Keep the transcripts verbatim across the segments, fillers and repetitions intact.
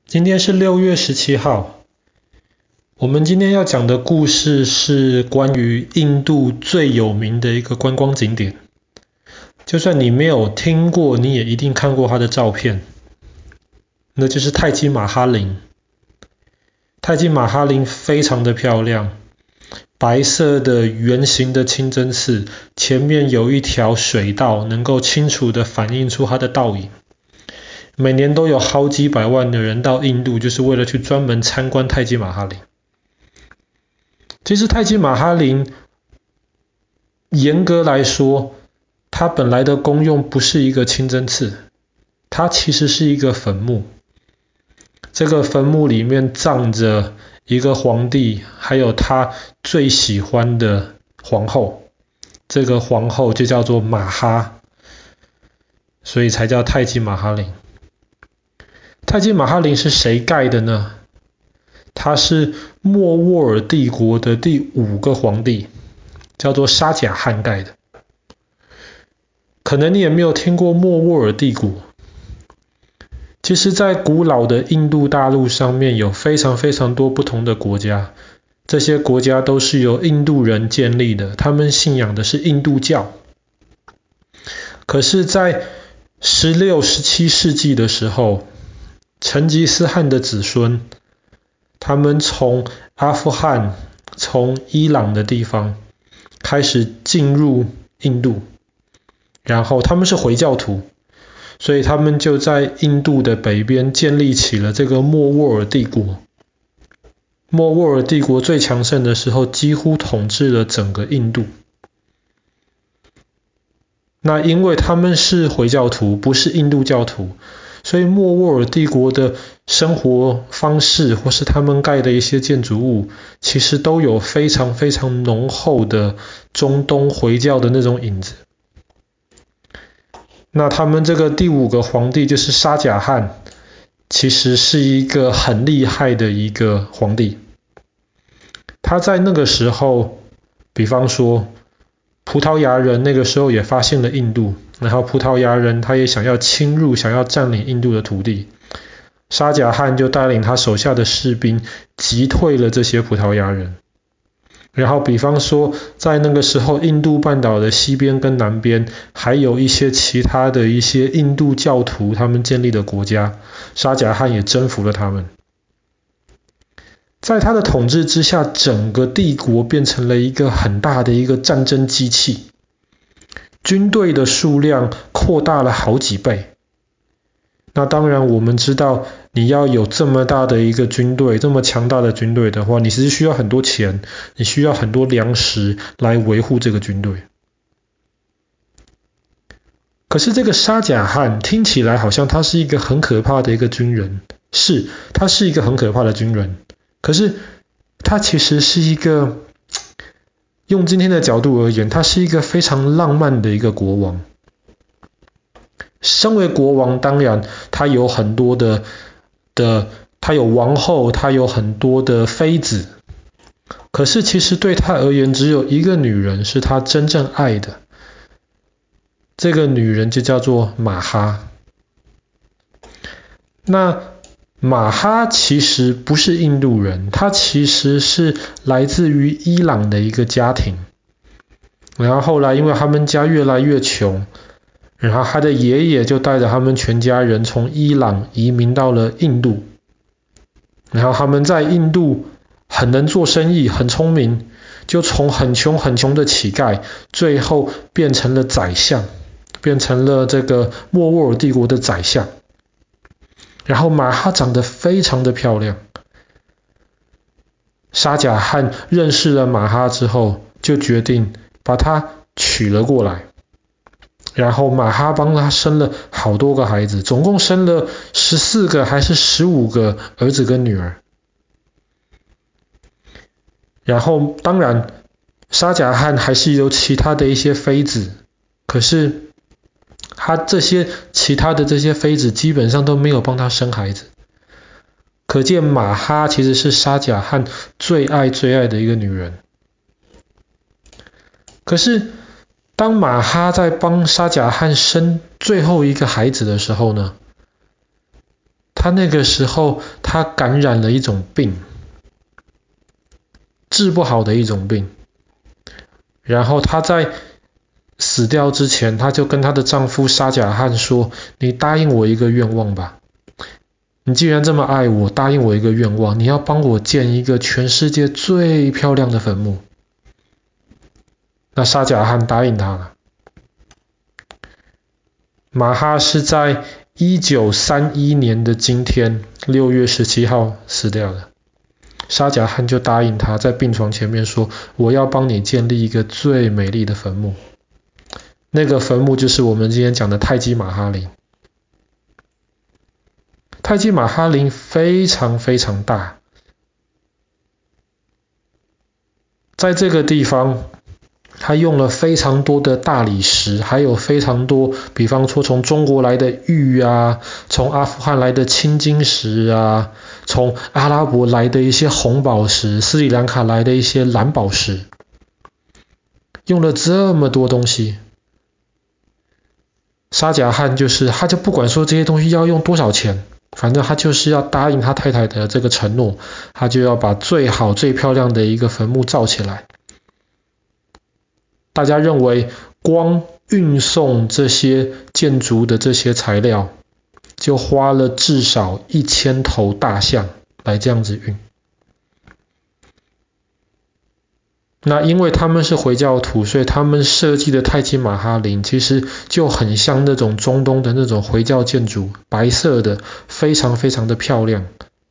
今天是六月十七号，我们今天要讲的故事是关于印度最有名的一个观光景点。就算你没有听过，你也一定看过它的照片，那就是泰姬玛哈陵。泰姬玛哈陵非常的漂亮，白色的圆形的清真寺，前面有一条水道，能够清楚的反映出它的倒影。每年都有好几百万的人到印度，就是为了去专门参观泰姬玛哈陵。其实泰姬玛哈陵严格来说，它本来的功用不是一个清真寺，它其实是一个坟墓。这个坟墓里面葬着一个皇帝，还有他最喜欢的皇后，这个皇后就叫做玛哈，所以才叫泰姬玛哈陵。泰姬玛哈陵是谁盖的呢？他是莫卧儿帝国的第五个皇帝，叫做沙贾汗盖的。可能你也没有听过莫卧儿帝国。其实在古老的印度大陆上面有非常非常多不同的国家，这些国家都是由印度人建立的，他们信仰的是印度教。可是在十六、十七世纪的时候，成吉思汗的子孙，他们从阿富汗、从伊朗的地方开始进入印度，然后他们是回教徒，所以他们就在印度的北边建立起了这个莫卧儿帝国。莫卧儿帝国最强盛的时候，几乎统治了整个印度。那因为他们是回教徒，不是印度教徒，所以莫卧儿帝国的生活方式或是他们盖的一些建筑物，其实都有非常非常浓厚的中东回教的那种影子。那他们这个第五个皇帝就是沙贾汗，其实是一个很厉害的一个皇帝。他在那个时候，比方说葡萄牙人那个时候也发现了印度，然后葡萄牙人他也想要侵入，想要占领印度的土地。沙贾汗就带领他手下的士兵击退了这些葡萄牙人。然后比方说在那个时候，印度半岛的西边跟南边还有一些其他的一些印度教徒他们建立的国家，沙贾汗也征服了他们。在他的统治之下，整个帝国变成了一个很大的一个战争机器，军队的数量扩大了好几倍。那当然我们知道，你要有这么大的一个军队，这么强大的军队的话，你其实需要很多钱，你需要很多粮食来维护这个军队。可是这个沙贾汗听起来好像他是一个很可怕的一个军人，是，他是一个很可怕的军人，可是他其实是一个，用今天的角度而言，他是一个非常浪漫的一个国王。身为国王，当然他有很多的的，他有王后，他有很多的妃子，可是其实对他而言，只有一个女人是他真正爱的，这个女人就叫做玛哈。那玛哈其实不是印度人，他其实是来自于伊朗的一个家庭，然后后来因为他们家越来越穷，然后他的爷爷就带着他们全家人从伊朗移民到了印度，然后他们在印度很能做生意，很聪明，就从很穷很穷的乞丐，最后变成了宰相，变成了这个莫卧儿帝国的宰相。然后玛哈长得非常的漂亮，沙贾汗认识了玛哈之后，就决定把她娶了过来。然后玛哈帮他生了好多个孩子，总共生了十四个还是十五个儿子跟女儿。然后当然沙贾汗还是有其他的一些妃子，可是他这些其他的这些妃子基本上都没有帮他生孩子。可见玛哈其实是沙贾汗最爱最爱的一个女人。可是当玛哈在帮沙贾汗生最后一个孩子的时候呢，他那个时候他感染了一种病，治不好的一种病。然后他在死掉之前，他就跟他的丈夫沙贾汗说，你答应我一个愿望吧，你既然这么爱我，答应我一个愿望，你要帮我建一个全世界最漂亮的坟墓。那沙贾汗答应他了。马哈是在一九三一年的今天六月十七号死掉的。沙贾汗就答应他，在病床前面说，我要帮你建立一个最美丽的坟墓。那个坟墓就是我们今天讲的泰姬玛哈陵。泰姬玛哈陵非常非常大，在这个地方他用了非常多的大理石，还有非常多比方说从中国来的玉啊，从阿富汗来的青金石啊，从阿拉伯来的一些红宝石，斯里兰卡来的一些蓝宝石，用了这么多东西。沙贾汗就是他就不管说这些东西要用多少钱，反正他就是要答应他太太的这个承诺，他就要把最好最漂亮的一个坟墓造起来。大家认为光运送这些建筑的这些材料就花了至少一千头大象来这样子运。那因为他们是回教徒，所以他们设计的泰姬玛哈陵其实就很像那种中东的那种回教建筑，白色的，非常非常的漂亮。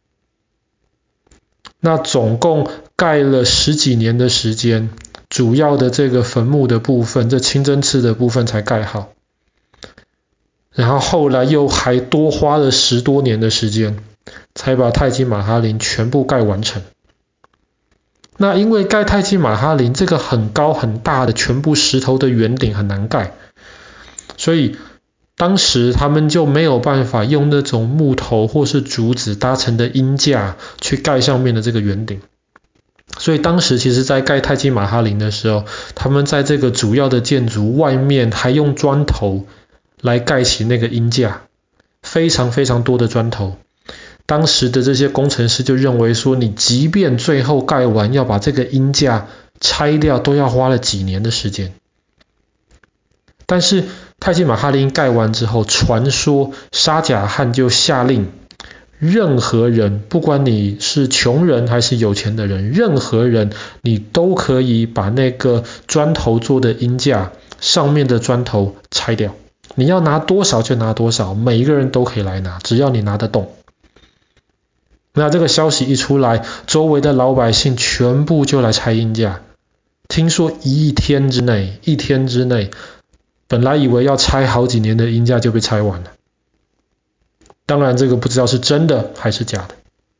那总共盖了十几年的时间，主要的这个坟墓的部分，这清真寺的部分才盖好。然后后来又还多花了十多年的时间，才把泰姬玛哈陵全部盖完成。那因为盖泰姬玛哈陵这个很高很大的全部石头的圆顶很难盖，所以当时他们就没有办法用那种木头或是竹子搭成的鹰架去盖上面的这个圆顶。所以当时其实在盖泰姬玛哈陵的时候，他们在这个主要的建筑外面还用砖头来盖起那个鹰架，非常非常多的砖头。当时的这些工程师就认为说，你即便最后盖完要把这个鹰架拆掉，都要花了几年的时间。但是泰姬玛哈陵盖完之后，传说沙贾汗就下令，任何人，不管你是穷人还是有钱的人，任何人你都可以把那个砖头做的鹰架上面的砖头拆掉，你要拿多少就拿多少，每一个人都可以来拿，只要你拿得动。那这个消息一出来，周围的老百姓全部就来拆鹰架。听说一天之内，一天之内，本来以为要拆好几年的鹰架就被拆完了。当然这个不知道是真的还是假的。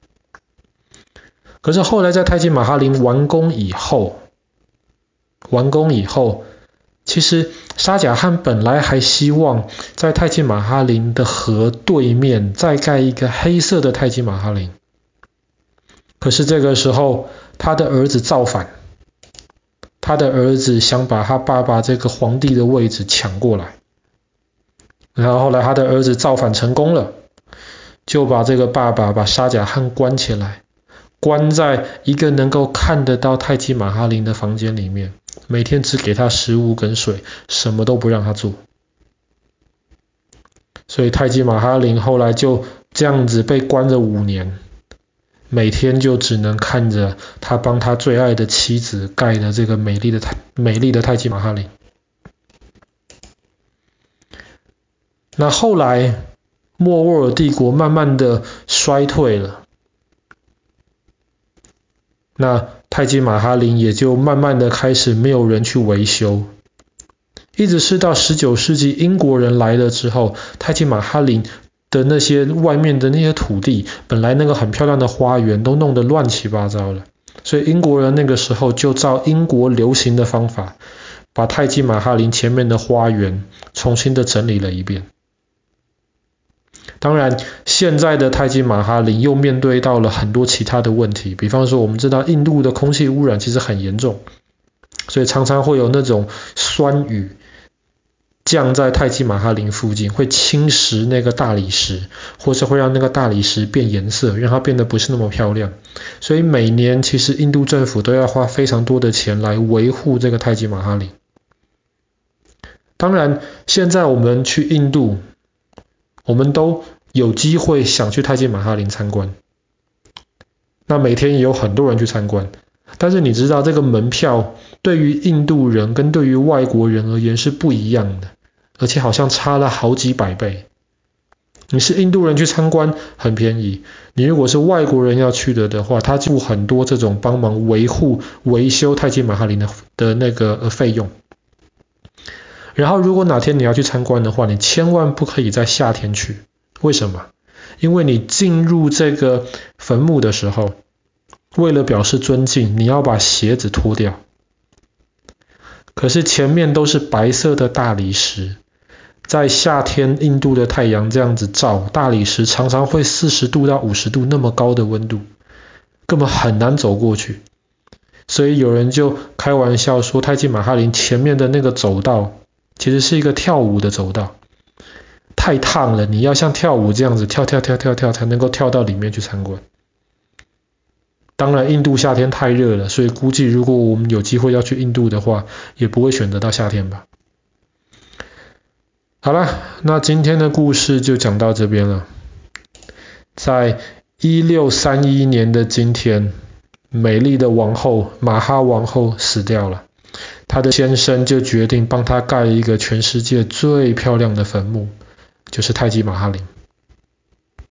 可是后来在泰姬玛哈陵完工以后，完工以后，其实沙贾汗本来还希望在泰姬玛哈陵的河对面再盖一个黑色的泰姬玛哈陵。可是这个时候他的儿子造反，他的儿子想把他爸爸这个皇帝的位置抢过来，然后后来他的儿子造反成功了，就把这个爸爸把沙贾汗关起来，关在一个能够看得到泰姬玛哈陵的房间里面，每天只给他食物跟水，什么都不让他做。所以泰姬玛哈陵后来就这样子被关了五年，每天就只能看着他帮他最爱的妻子盖的这个美丽的美丽的泰姬玛哈陵。那后来莫卧儿帝国慢慢的衰退了，那泰姬玛哈陵也就慢慢的开始没有人去维修，一直是到十九世纪英国人来了之后，泰姬玛哈陵的那些外面的那些土地，本来那个很漂亮的花园都弄得乱七八糟了，所以英国人那个时候就照英国流行的方法，把泰姬玛哈陵前面的花园重新的整理了一遍。当然现在的泰姬玛哈陵又面对到了很多其他的问题，比方说我们知道印度的空气污染其实很严重，所以常常会有那种酸雨降在泰姬玛哈陵附近，会侵蚀那个大理石，或是会让那个大理石变颜色，让它变得不是那么漂亮。所以每年其实印度政府都要花非常多的钱来维护这个泰姬玛哈陵。当然，现在我们去印度，我们都有机会想去泰姬玛哈陵参观。那每天也有很多人去参观，但是你知道这个门票对于印度人跟对于外国人而言是不一样的，而且好像差了好几百倍。你是印度人去参观很便宜，你如果是外国人要去的的话，他付很多这种帮忙维护维修泰姬玛哈陵的的那个费用。然后如果哪天你要去参观的话，你千万不可以在夏天去。为什么？因为你进入这个坟墓的时候，为了表示尊敬，你要把鞋子脱掉。可是前面都是白色的大理石，在夏天印度的太阳这样子照，大理石常常会四十度到五十度那么高的温度，根本很难走过去。所以有人就开玩笑说，泰姬玛哈陵前面的那个走道其实是一个跳舞的走道，太烫了，你要像跳舞这样子跳跳跳跳跳才能够跳到里面去参观。当然印度夏天太热了，所以估计如果我们有机会要去印度的话，也不会选择到夏天吧。好了，那今天的故事就讲到这边了。在一六三一年的今天，美丽的王后玛哈王后死掉了，她的先生就决定帮她盖一个全世界最漂亮的坟墓，就是泰姬玛哈陵。